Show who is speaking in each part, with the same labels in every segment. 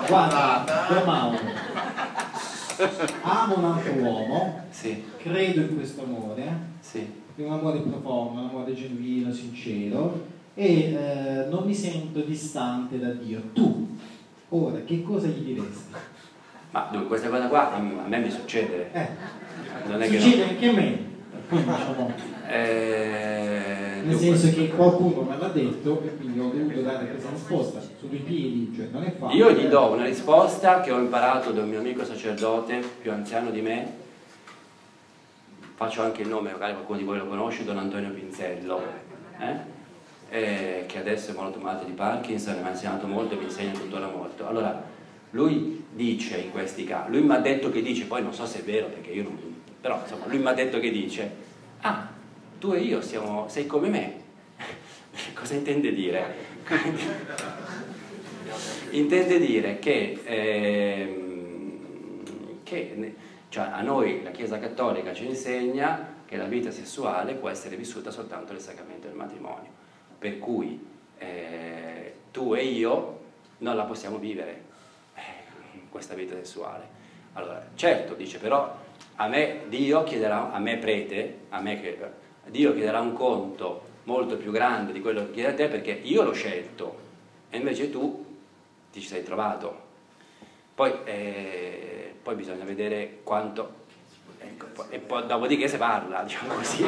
Speaker 1: Guarda, Mauro, amo un altro uomo,
Speaker 2: sì,
Speaker 1: credo in questo amore,
Speaker 2: sì.
Speaker 1: è un amore profondo, un amore genuino, sincero, e non mi sento distante da Dio. Tu, ora, che cosa gli diresti?
Speaker 2: Ma dunque, questa cosa qua a me mi succede. Non è
Speaker 1: succede
Speaker 2: che
Speaker 1: anche a me, diciamo. Nel
Speaker 2: dunque,
Speaker 1: senso che qualcuno me l'ha detto e quindi ho dovuto dare questa risposta su due piedi, cioè non è facile.
Speaker 2: io gli do una risposta che ho imparato da un mio amico sacerdote più anziano di me, faccio anche il nome, magari qualcuno di voi lo conosce, Don Antonio Pinzello, che adesso è molto malato di Parkinson, mi ha insegnato molto e mi insegna tuttora molto. Allora, lui dice in questi casi, lui mi ha detto che dice, poi non so se è vero perché io non, però insomma lui mi ha detto che dice, ah, tu e io sei come me. Cosa intende dire? Intende dire che cioè a noi la Chiesa Cattolica ci insegna che la vita sessuale può essere vissuta soltanto nel sacramento del matrimonio, per cui tu e io non la possiamo vivere questa vita sessuale. Allora, certo, dice, però a me Dio chiederà, a me prete, Dio chiederà un conto molto più grande di quello che chiede a te, perché io l'ho scelto e invece tu ti ci sei trovato. Poi bisogna vedere quanto, ecco, e poi dopodiché se parla, diciamo così.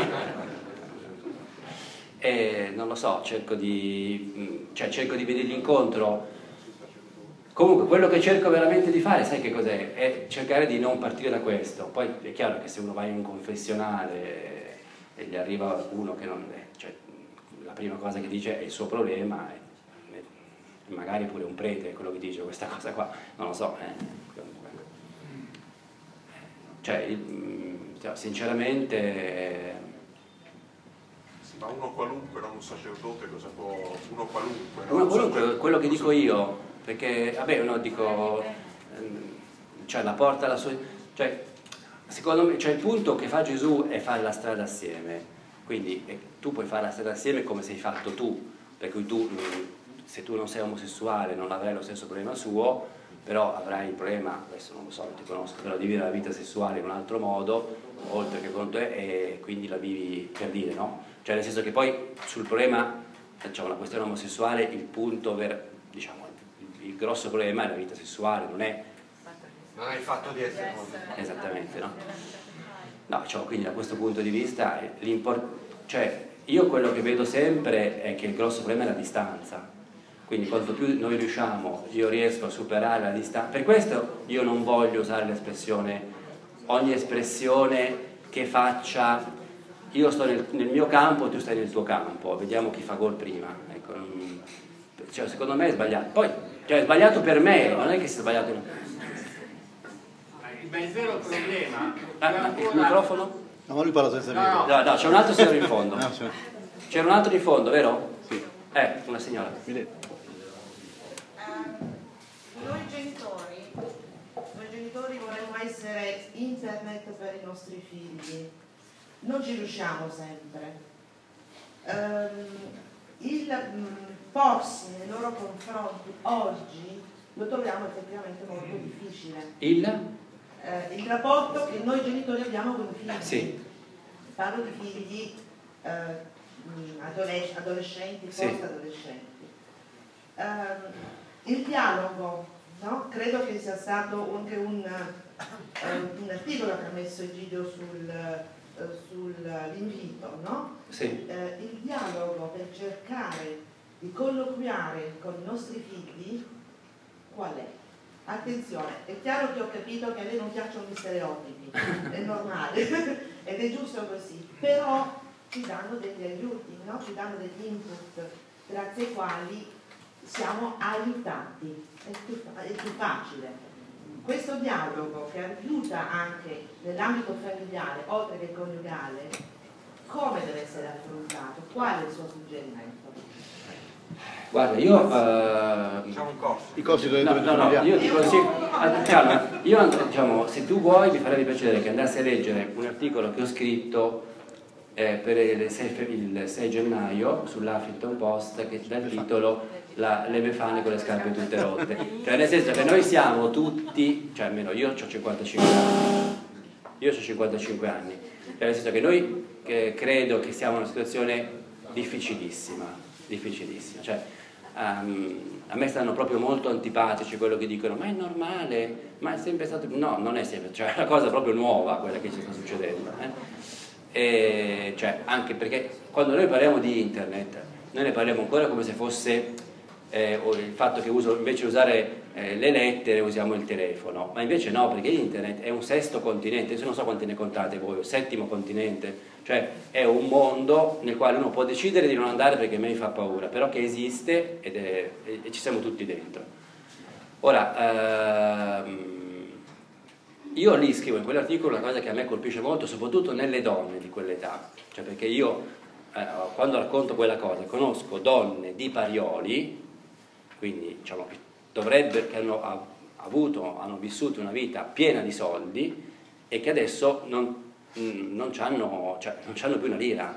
Speaker 2: E non lo so, cerco di venirgli incontro. Comunque quello che cerco veramente di fare, sai che cos'è? È cercare di non partire da questo. Poi è chiaro che se uno va in un confessionale e gli arriva uno che non è, cioè, la prima cosa che dice è il suo problema, e magari pure un prete è quello che dice questa cosa qua, non lo so. Cioè, sinceramente...
Speaker 3: Ma uno qualunque, non un sacerdote, cosa può... Uno qualunque,
Speaker 2: no? Uno qualunque, quello che dico io, perché, vabbè, uno dico... cioè, la porta alla sua... Cioè, secondo me, cioè, il punto che fa Gesù è fare la strada assieme. Quindi tu puoi fare la strada assieme come sei fatto tu, per cui tu, se tu non sei omosessuale, non avrai lo stesso problema suo, però avrai il problema, adesso non lo so, non ti conosco, però di vivere la vita sessuale in un altro modo, oltre che con te, e quindi la vivi, per dire, no? Cioè nel senso che poi sul problema, diciamo, la questione omosessuale, il punto, diciamo, il grosso problema è la vita sessuale, non è
Speaker 3: il fatto di essere omosessuale.
Speaker 2: Esattamente, no? No, cioè, quindi da questo punto di vista, cioè, io quello che vedo sempre è che il grosso problema è la distanza. Quindi quanto più noi io riesco a superare la distanza. Per questo io non voglio usare l'espressione, ogni espressione che faccia, io sto nel mio campo, tu stai nel tuo campo, vediamo chi fa gol prima. Ecco, cioè, secondo me è sbagliato. Poi, cioè, è sbagliato per me, non è che sia sbagliato.
Speaker 4: Ma il vero problema...
Speaker 2: il microfono?
Speaker 5: No, ma lui parla senza microfono.
Speaker 2: No, c'è un altro signore in fondo. C'era un altro in fondo, vero?
Speaker 5: Sì.
Speaker 2: Una signora.
Speaker 6: Noi genitori vorremmo essere internet per i nostri figli, non ci riusciamo sempre. Il porsi nei loro confronti oggi lo troviamo effettivamente molto difficile. Il rapporto che noi genitori abbiamo con i figli.
Speaker 2: Sì.
Speaker 6: Parlo di figli adolescenti, post-adolescenti. Il dialogo, no? Credo che sia stato anche un articolo che ha messo Egidio sull'invito, no?
Speaker 2: Sì.
Speaker 6: Il dialogo per cercare di colloquiare con i nostri figli, qual è? Attenzione, è chiaro che ho capito che a lei non piacciono gli stereotipi, è normale ed è giusto così, però ci danno degli aiuti, no? Ci danno degli input grazie ai quali siamo aiutati, è più facile. Questo dialogo che aiuta anche nell'ambito familiare, oltre che coniugale, come deve essere affrontato? Qual è il suo suggerimento?
Speaker 2: Guarda, io...
Speaker 3: Diciamo un corso.
Speaker 5: I corsi dove
Speaker 2: io ti consiglio... Io, diciamo, se tu vuoi, mi farebbe piacere che andassi a leggere un articolo che ho scritto per il 6 gennaio sull'Huffington Post, che dà il titolo le befane con le scarpe tutte rotte. Cioè nel senso che noi siamo tutti, cioè almeno io ho 55 anni, cioè nel senso che noi credo che siamo in una situazione difficilissima, cioè a me stanno proprio molto antipatici quello che dicono ma è normale, ma è sempre stato, no, non è sempre, cioè è una cosa proprio nuova quella che ci sta succedendo, E cioè anche perché quando noi parliamo di internet noi ne parliamo ancora come se fosse il fatto che invece di usare le lettere usiamo il telefono, ma invece no, perché internet è un sesto continente, io non so quanti ne contate voi, il settimo continente, cioè è un mondo nel quale uno può decidere di non andare perché a me fa paura, però che esiste e ci siamo tutti dentro. Ora, io lì scrivo in quell'articolo una cosa che a me colpisce molto, soprattutto nelle donne di quell'età, cioè perché io quando racconto quella cosa conosco donne di Parioli, quindi diciamo che hanno vissuto una vita piena di soldi e che adesso non c'hanno più una lira,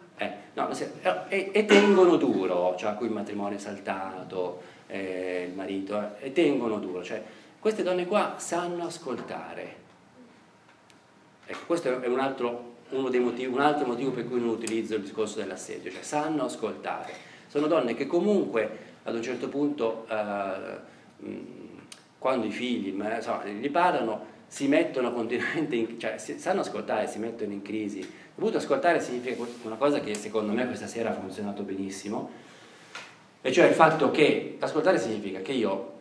Speaker 2: e tengono duro, cioè a cui il matrimonio è saltato, il marito, e tengono duro, cioè queste donne qua sanno ascoltare. Ecco, questo è un altro motivo per cui non utilizzo il discorso dell'assedio, cioè sanno ascoltare. Sono donne che comunque ad un certo punto, quando i figli gli parlano, si mettono continuamente cioè sanno ascoltare, si mettono in crisi. Dovuto ascoltare significa una cosa che secondo me questa sera ha funzionato benissimo, e cioè il fatto che ascoltare significa che io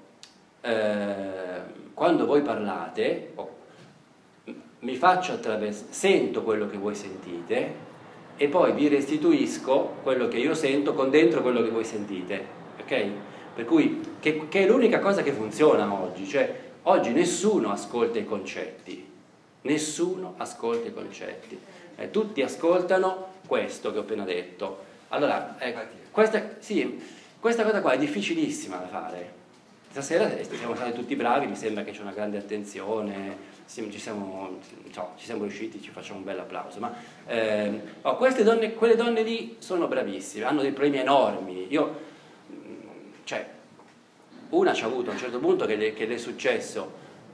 Speaker 2: quando voi parlate mi faccio sento quello che voi sentite e poi vi restituisco quello che io sento con dentro quello che voi sentite, ok? Per cui che è l'unica cosa che funziona oggi, cioè oggi nessuno ascolta i concetti, tutti ascoltano questo che ho appena detto. Allora, questa cosa qua è difficilissima da fare. Stasera siamo stati tutti bravi, mi sembra che c'è una grande attenzione, ci siamo riusciti, ci facciamo un bel applauso, ma quelle donne lì sono bravissime, hanno dei problemi enormi. Una ci ha avuto a un certo punto che le è successo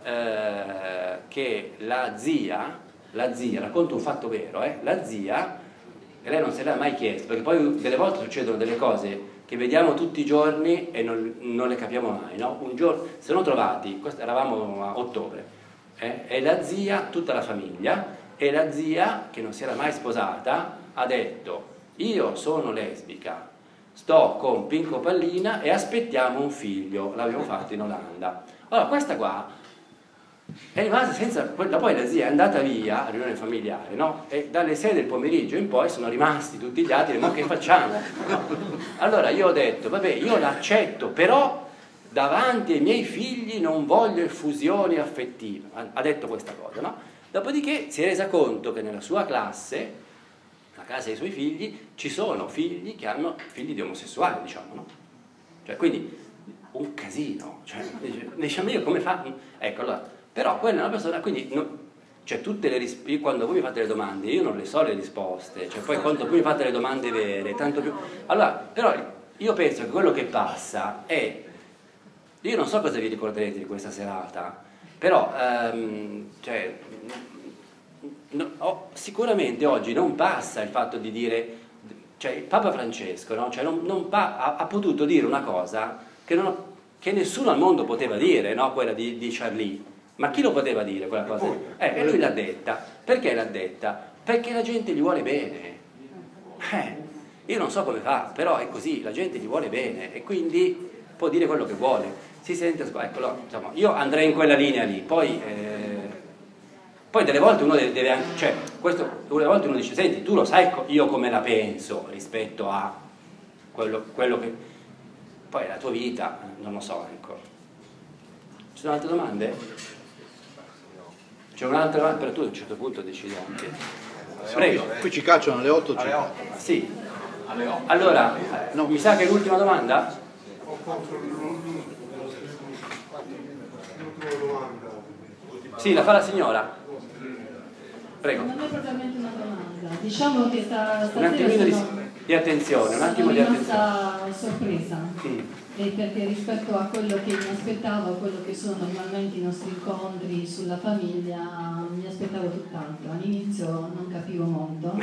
Speaker 2: che la zia, racconto un fatto vero, la zia, e lei non se l'ha mai chiesto, perché poi delle volte succedono delle cose che vediamo tutti i giorni e non le capiamo mai, no? Un giorno, si sono trovati, eravamo a ottobre, e la zia, tutta la famiglia, e la zia, che non si era mai sposata, ha detto: io sono lesbica, sto con Pinco Pallina e aspettiamo un figlio, l'abbiamo fatto in Olanda. Allora questa qua è rimasta senza, poi la zia è andata via a riunione familiare, no? E dalle 6 del pomeriggio in poi sono rimasti tutti gli altri, ma che facciamo? Allora io ho detto, vabbè, io l'accetto, però davanti ai miei figli non voglio effusioni affettive. Ha detto questa cosa, no? Dopodiché si è resa conto che nella sua classe, la classe dei suoi figli, ci sono figli che hanno figli di omosessuali, diciamo, no? Cioè, quindi un casino, cioè, diciamo io come fa? Ecco, allora, però quella è una persona, quindi cioè tutte le quando voi mi fate le domande io non le so le risposte, cioè poi quando voi mi fate le domande vere, tanto più. Allora, però io penso che quello che passa è, io non so cosa vi ricorderete di questa serata, però sicuramente oggi non passa il fatto di dire, cioè Papa Francesco, no? Cioè ha potuto dire una cosa che nessuno al mondo poteva dire, no? Quella di Charlie. Ma chi lo poteva dire quella cosa? E lui l'ha detta. Perché l'ha detta? Perché la gente gli vuole bene. Io non so come fa, però è così, la gente gli vuole bene e quindi può dire quello che vuole. Si sente, eccolo, insomma, io andrei in quella linea lì, poi delle volte uno deve anche, cioè, delle volte uno dice, senti, tu lo sai io come la penso rispetto a quello che... Poi è la tua vita, non lo so, ecco. Ci sono altre domande? C'è un'altra domanda, però tu a un certo punto decidi anche. Prego.
Speaker 4: Qui ci cacciano alle 8.
Speaker 2: Sì. Allora, mi sa che è l'ultima domanda? Sì, la fa la signora. Prego.
Speaker 5: Non è propriamente una domanda. Diciamo che
Speaker 2: Un attimino di... Di attenzione, un attimo di attenzione.
Speaker 4: Sono rimasta sorpresa,
Speaker 2: Sì.
Speaker 4: perché rispetto a quello che mi aspettavo, a quello che sono normalmente i nostri incontri sulla famiglia, mi aspettavo tutt'altro. All'inizio non capivo molto.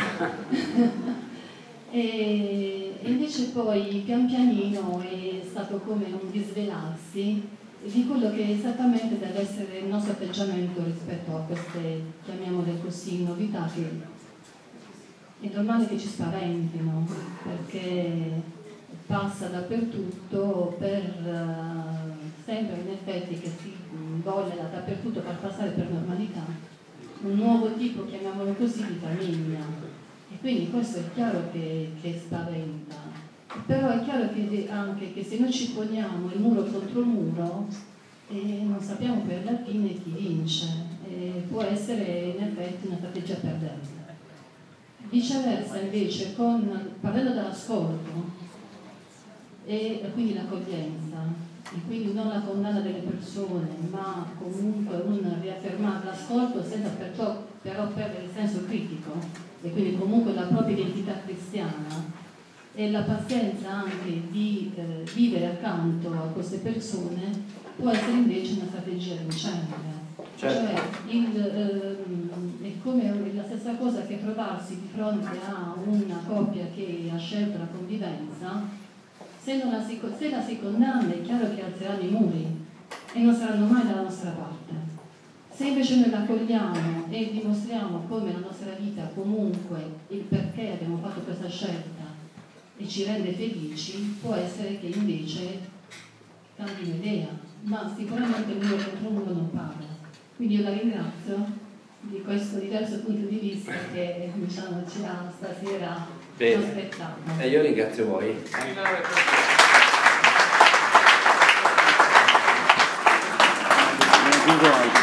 Speaker 4: E invece poi pian pianino è stato come un disvelarsi di quello che esattamente deve essere il nostro atteggiamento rispetto a queste, chiamiamole così, novità che è normale che ci spaventino, perché passa dappertutto sempre in effetti che si voglia dappertutto per passare per normalità, un nuovo tipo, chiamiamolo così, di famiglia. E quindi questo è chiaro che spaventa, però è chiaro che anche che se noi ci poniamo il muro contro il muro non sappiamo per la fine chi vince, può essere in effetti una strategia perdente. Viceversa invece, partendo dall'ascolto e quindi l'accoglienza, e quindi non la condanna delle persone, ma comunque un riaffermare l'ascolto senza perciò però perdere il senso critico, e quindi comunque la propria identità cristiana e la pazienza anche di vivere accanto a queste persone, può essere invece una strategia vincente.
Speaker 2: Certo.
Speaker 4: Cioè, è come la stessa cosa che trovarsi di fronte a una coppia che ha scelto la convivenza. Se la si condanna è chiaro che alzeranno i muri e non saranno mai dalla nostra parte. Se invece noi l'accogliamo e dimostriamo come la nostra vita comunque, il perché abbiamo fatto questa scelta e ci rende felici, può essere che invece cambino idea, ma sicuramente il muro contro il muro non parla. Quindi io la ringrazio di questo diverso punto di vista che diciamo ci ha stasera prospettato.
Speaker 2: E io ringrazio voi.
Speaker 5: Thank you.